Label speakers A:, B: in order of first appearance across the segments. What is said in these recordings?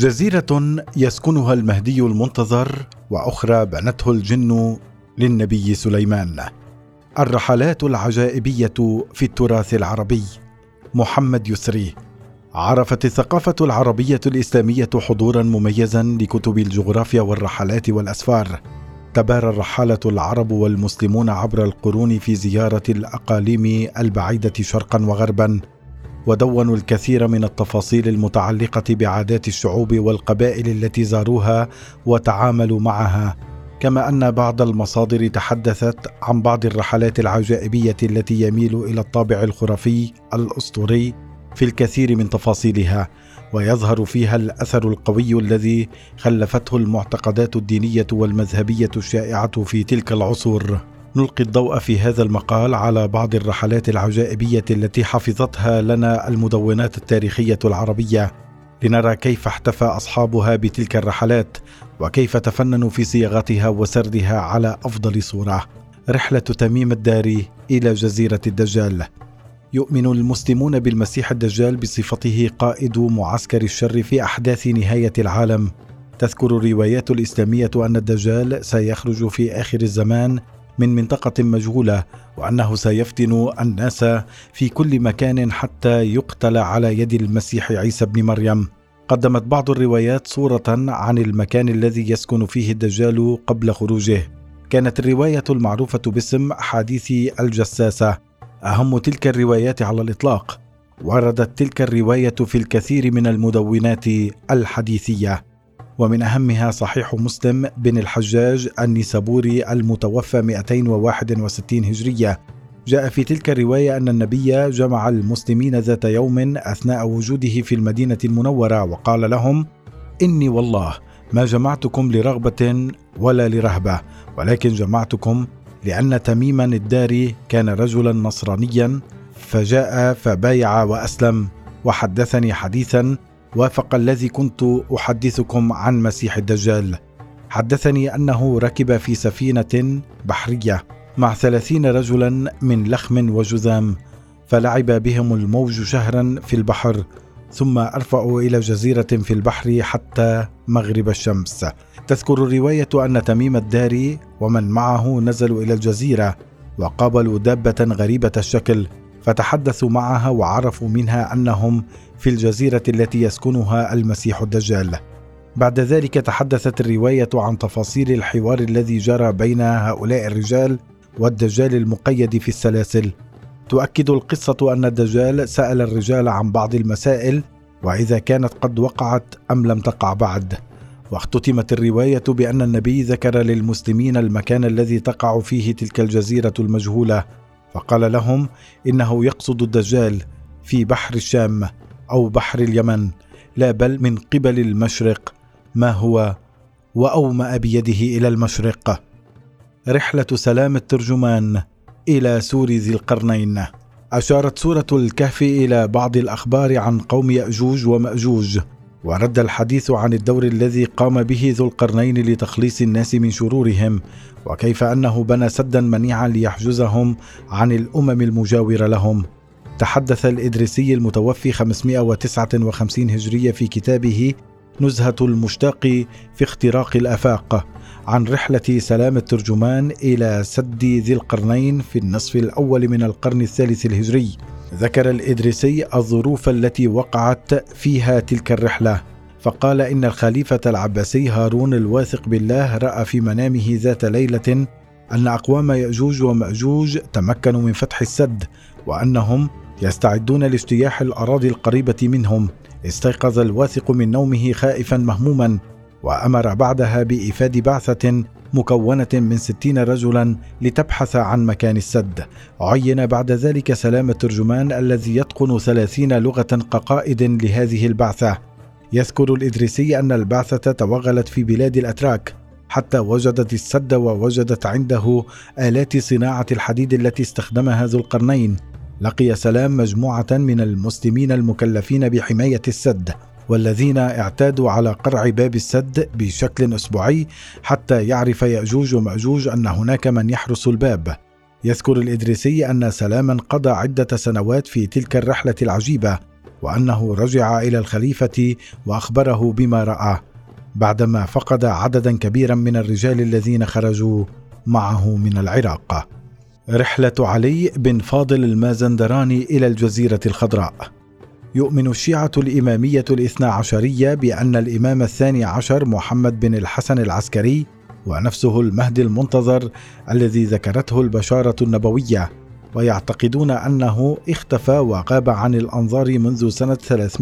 A: جزيرة يسكنها المهدي المنتظر، وأخرى بنته الجن للنبي سليمان. الرحلات العجائبية في التراث العربي. محمد يسري. عرفت الثقافة العربية الإسلامية حضورا مميزا لكتب الجغرافيا والرحلات والأسفار. تبارى الرحالة العرب والمسلمون عبر القرون في زيارة الأقاليم البعيدة شرقا وغربا، ودونوا الكثير من التفاصيل المتعلقة بعادات الشعوب والقبائل التي زاروها وتعاملوا معها، كما أن بعض المصادر تحدثت عن بعض الرحلات العجائبية التي يميل إلى الطابع الخرافي الأسطوري في الكثير من تفاصيلها، ويظهر فيها الأثر القوي الذي خلفته المعتقدات الدينية والمذهبية الشائعة في تلك العصور. نلقي الضوء في هذا المقال على بعض الرحلات العجائبية التي حفظتها لنا المدونات التاريخية العربية، لنرى كيف احتفى أصحابها بتلك الرحلات وكيف تفننوا في صياغتها وسردها على أفضل صورة. رحلة تميم الداري إلى جزيرة الدجال. يؤمن المسلمون بالمسيح الدجال بصفته قائد معسكر الشر في أحداث نهاية العالم. تذكر الروايات الإسلامية أن الدجال سيخرج في آخر الزمان من منطقة مجهولة، وأنه سيفتن الناس في كل مكان حتى يقتل على يد المسيح عيسى بن مريم. قدمت بعض الروايات صورة عن المكان الذي يسكن فيه الدجال قبل خروجه. كانت الرواية المعروفة باسم حديث الجساسة أهم تلك الروايات على الإطلاق. وردت تلك الرواية في الكثير من المدونات الحديثية، ومن أهمها صحيح مسلم بن الحجاج النيسابوري المتوفى 261 هجرية. جاء في تلك الرواية أن النبي جمع المسلمين ذات يوم أثناء وجوده في المدينة المنورة، وقال لهم: إني والله ما جمعتكم لرغبة ولا لرهبة، ولكن جمعتكم لأن تميما الداري كان رجلا نصرانيا، فجاء فبايع وأسلم، وحدثني حديثا وافق الذي كنت أحدثكم عن مسيح الدجال. حدثني أنه ركب في سفينة بحرية مع 30 رجلا من لخم وجذام، فلعب بهم الموج شهرا في البحر، ثم أرفعوا إلى جزيرة في البحر حتى مغرب الشمس. تذكر الرواية أن تميم الداري ومن معه نزلوا إلى الجزيرة وقابلوا دابة غريبة الشكل، فتحدثوا معها وعرفوا منها أنهم في الجزيرة التي يسكنها المسيح الدجال. بعد ذلك تحدثت الرواية عن تفاصيل الحوار الذي جرى بين هؤلاء الرجال والدجال المقيد في السلاسل. تؤكد القصة أن الدجال سأل الرجال عن بعض المسائل، وإذا كانت قد وقعت أم لم تقع بعد. واختتمت الرواية بأن النبي ذكر للمسلمين المكان الذي تقع فيه تلك الجزيرة المجهولة، فقال لهم إنه يقصد الدجال في بحر الشام أو بحر اليمن، لا بل من قبل المشرق، ما هو، وأومأ بيده إلى المشرق. رحلة سلام الترجمان إلى سور ذي القرنين. أشارت سورة الكهف إلى بعض الأخبار عن قوم يأجوج ومأجوج، ورد الحديث عن الدور الذي قام به ذو القرنين لتخليص الناس من شرورهم، وكيف أنه بنى سدا منيعا ليحجزهم عن الأمم المجاورة لهم. تحدث الإدريسي المتوفي 559 هجرية في كتابه نزهة المشتاق في اختراق الآفاق عن رحلة سلام الترجمان إلى سد ذي القرنين في النصف الأول من القرن الثالث الهجري. ذكر الإدريسي الظروف التي وقعت فيها تلك الرحلة، فقال إن الخليفة العباسي هارون الواثق بالله رأى في منامه ذات ليلة أن أقوام يأجوج ومأجوج تمكنوا من فتح السد، وأنهم يستعدون لاجتياح الأراضي القريبة منهم. استيقظ الواثق من نومه خائفا مهموما، وأمر بعدها بإيفاد بعثة مكونة من 60 رجلا لتبحث عن مكان السد. عين بعد ذلك سلام الترجمان الذي يتقن 30 لغة كقائد لهذه البعثة. يذكر الإدريسي أن البعثة توغلت في بلاد الأتراك حتى وجدت السد، ووجدت عنده آلات صناعة الحديد التي استخدمها ذو القرنين. لقي سلام مجموعة من المسلمين المكلفين بحماية السد، والذين اعتادوا على قرع باب السد بشكل أسبوعي حتى يعرف يأجوج ومأجوج أن هناك من يحرس الباب. يذكر الإدريسي أن سلاما قضى عدة سنوات في تلك الرحلة العجيبة، وأنه رجع إلى الخليفة وأخبره بما رأى بعدما فقد عددا كبيرا من الرجال الذين خرجوا معه من العراق. رحلة علي بن فاضل المازندراني إلى الجزيرة الخضراء. يؤمن الشيعة الإمامية الاثنا عشرية بأن الإمام الثاني عشر محمد بن الحسن العسكري ونفسه المهدي المنتظر الذي ذكرته البشارة النبوية، ويعتقدون أنه اختفى وغاب عن الأنظار منذ سنة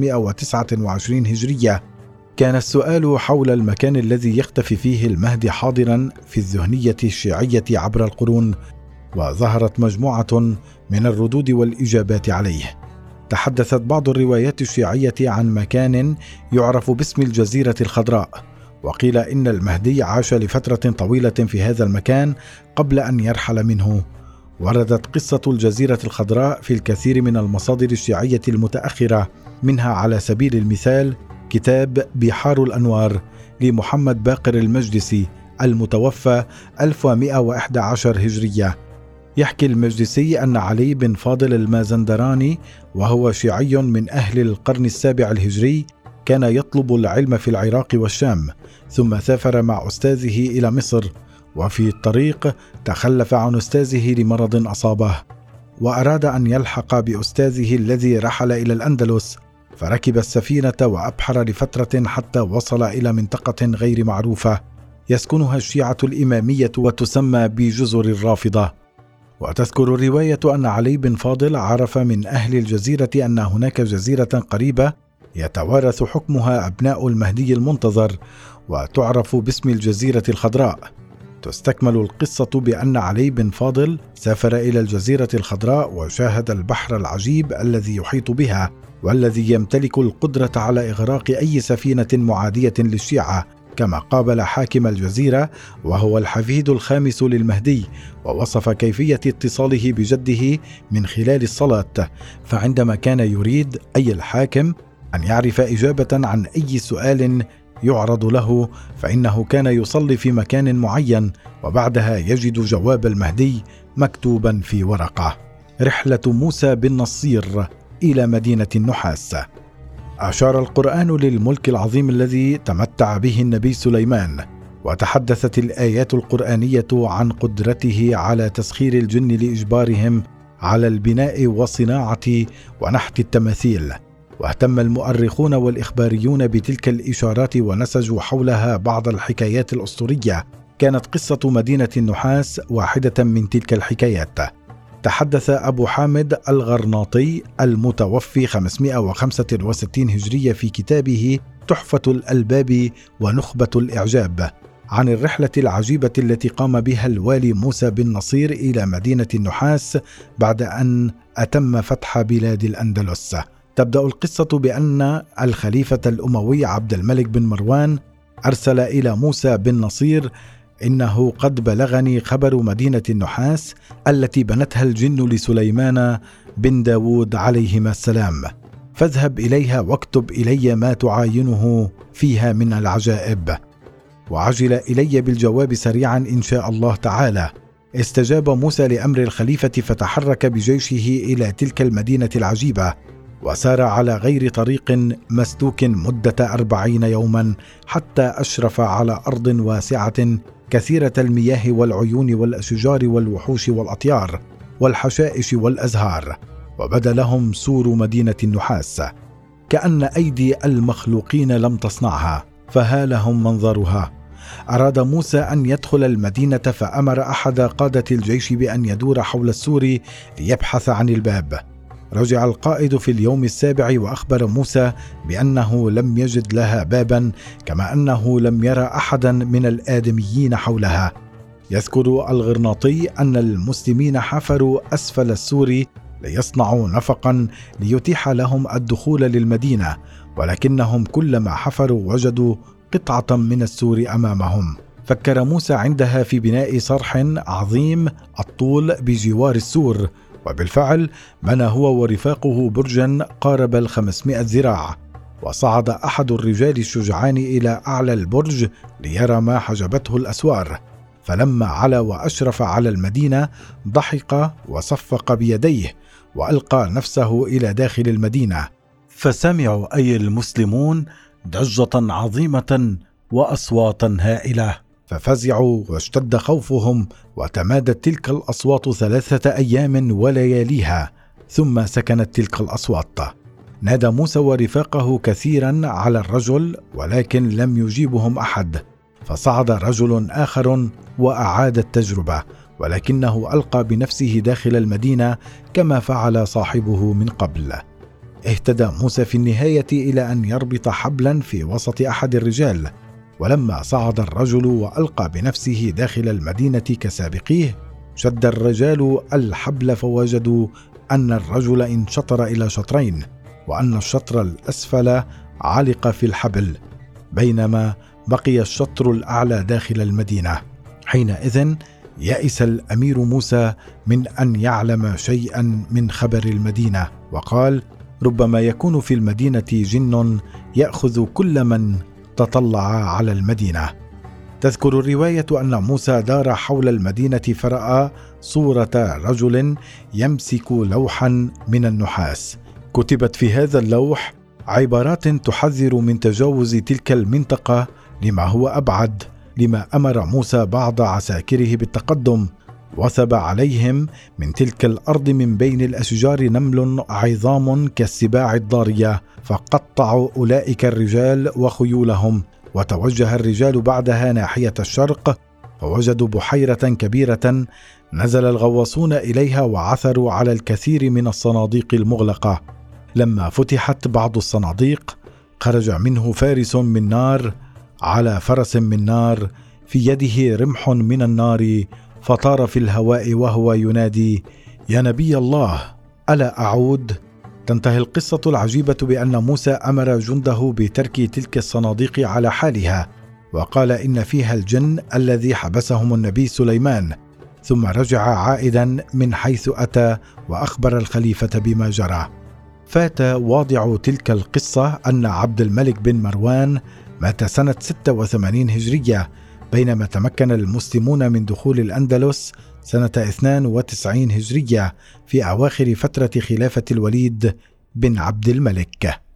A: 329 هجرية. كان السؤال حول المكان الذي يختفي فيه المهدي حاضرا في الذهنية الشيعية عبر القرون، وظهرت مجموعة من الردود والإجابات عليه. تحدثت بعض الروايات الشيعية عن مكان يعرف باسم الجزيرة الخضراء، وقيل إن المهدي عاش لفترة طويلة في هذا المكان قبل أن يرحل منه. وردت قصة الجزيرة الخضراء في الكثير من المصادر الشيعية المتأخرة، منها على سبيل المثال كتاب بحار الأنوار لمحمد باقر المجلسي المتوفى 1111 هجرية. يحكي المجلسي أن علي بن فاضل المازندراني، وهو شيعي من أهل القرن السابع الهجري، كان يطلب العلم في العراق والشام، ثم سافر مع أستاذه إلى مصر، وفي الطريق تخلف عن أستاذه لمرض أصابه، وأراد أن يلحق بأستاذه الذي رحل إلى الأندلس، فركب السفينة وأبحر لفترة حتى وصل إلى منطقة غير معروفة يسكنها الشيعة الإمامية وتسمى بجزر الرافضة. وتذكر الرواية أن علي بن فاضل عرف من أهل الجزيرة أن هناك جزيرة قريبة يتوارث حكمها أبناء المهدي المنتظر، وتعرف باسم الجزيرة الخضراء. تستكمل القصة بأن علي بن فاضل سافر إلى الجزيرة الخضراء وشاهد البحر العجيب الذي يحيط بها، والذي يمتلك القدرة على إغراق أي سفينة معادية للشيعة، كما قابل حاكم الجزيرة وهو الحفيد الخامس للمهدي، ووصف كيفية اتصاله بجده من خلال الصلاة. فعندما كان يريد أي الحاكم أن يعرف إجابة عن أي سؤال يعرض له، فإنه كان يصلي في مكان معين، وبعدها يجد جواب المهدي مكتوبا في ورقة. رحلة موسى بن نصير إلى مدينة النحاس. أشار القرآن للملك العظيم الذي تمتع به النبي سليمان، وتحدثت الآيات القرآنية عن قدرته على تسخير الجن لإجبارهم على البناء والصناعة ونحت التماثيل. واهتم المؤرخون والإخباريون بتلك الإشارات ونسجوا حولها بعض الحكايات الأسطورية. كانت قصة مدينة النحاس واحدة من تلك الحكايات. تحدث أبو حامد الغرناطي المتوفي 565 هجرية في كتابه تحفة الألباب ونخبة الإعجاب عن الرحلة العجيبة التي قام بها الوالي موسى بن نصير إلى مدينة النحاس بعد أن أتم فتح بلاد الأندلس. تبدأ القصة بأن الخليفة الأموي عبد الملك بن مروان أرسل إلى موسى بن نصير: إنه قد بلغني خبر مدينة النحاس التي بنتها الجن لسليمان بن داود عليهما السلام، فاذهب إليها واكتب إلي ما تعاينه فيها من العجائب، وعجل إلي بالجواب سريعا إن شاء الله تعالى. استجاب موسى لأمر الخليفة، فتحرك بجيشه إلى تلك المدينة العجيبة، وسار على غير طريق مسلوك مدة 40 يوما حتى أشرف على أرض واسعة كثيرة المياه والعيون والأشجار والوحوش والأطيار والحشائش والأزهار، وبدا لهم سور مدينة النحاس كأن أيدي المخلوقين لم تصنعها، فها لهم منظرها. أراد موسى أن يدخل المدينة، فأمر أحد قادة الجيش بأن يدور حول السور ليبحث عن الباب. رجع القائد في اليوم السابع وأخبر موسى بأنه لم يجد لها بابا، كما أنه لم يرى أحدا من الآدميين حولها. يذكر الغرناطي أن المسلمين حفروا أسفل السور ليصنعوا نفقا ليتيح لهم الدخول للمدينة، ولكنهم كلما حفروا وجدوا قطعة من السور أمامهم. فكر موسى عندها في بناء صرح عظيم الطول بجوار السور، وبالفعل بنى هو ورفاقه برجا قارب 500 ذراع، وصعد أحد الرجال الشجعان إلى أعلى البرج ليرى ما حجبته الأسوار، فلما علا وأشرف على المدينة ضحك وصفق بيديه وألقى نفسه إلى داخل المدينة، فسمعوا أي المسلمون ضجة عظيمة وأصواتا هائلة، ففزعوا واشتد خوفهم، وتمادت تلك الأصوات 3 أيام ولياليها، ثم سكنت تلك الأصوات. نادى موسى ورفاقه كثيرا على الرجل، ولكن لم يجيبهم أحد، فصعد رجل آخر وأعاد التجربة، ولكنه ألقى بنفسه داخل المدينة كما فعل صاحبه من قبل. اهتدى موسى في النهاية إلى أن يربط حبلا في وسط أحد الرجال، ولما صعد الرجل وألقى بنفسه داخل المدينة كسابقيه، شد الرجال الحبل فوجدوا أن الرجل انشطر إلى شطرين، وأن الشطر الأسفل علق في الحبل، بينما بقي الشطر الأعلى داخل المدينة. حينئذ يئس الأمير موسى من أن يعلم شيئا من خبر المدينة، وقال: ربما يكون في المدينة جن يأخذ كل من تطلع على المدينة. تذكر الرواية أن موسى دار حول المدينة فرأى صورة رجل يمسك لوحا من النحاس، كتبت في هذا اللوح عبارات تحذر من تجاوز تلك المنطقة لما هو أبعد، لما أمر موسى بعض عساكره بالتقدم، وثب عليهم من تلك الأرض من بين الأشجار نمل عظام كالسباع الضارية، فقطعوا أولئك الرجال وخيولهم. وتوجه الرجال بعدها ناحية الشرق، فوجدوا بحيرة كبيرة نزل الغواصون إليها وعثروا على الكثير من الصناديق المغلقة. لما فتحت بعض الصناديق خرج منه فارس من نار على فرس من نار، في يده رمح من النار، فطار في الهواء وهو ينادي: يا نبي الله، ألا أعود؟ تنتهي القصة العجيبة بأن موسى أمر جنده بترك تلك الصناديق على حالها، وقال إن فيها الجن الذي حبسهم النبي سليمان، ثم رجع عائدا من حيث أتى وأخبر الخليفة بما جرى. فات واضع تلك القصة أن عبد الملك بن مروان مات سنة 86 هجرية، بينما تمكن المسلمون من دخول الأندلس سنة 92 هجرية في أواخر فترة خلافة الوليد بن عبد الملك.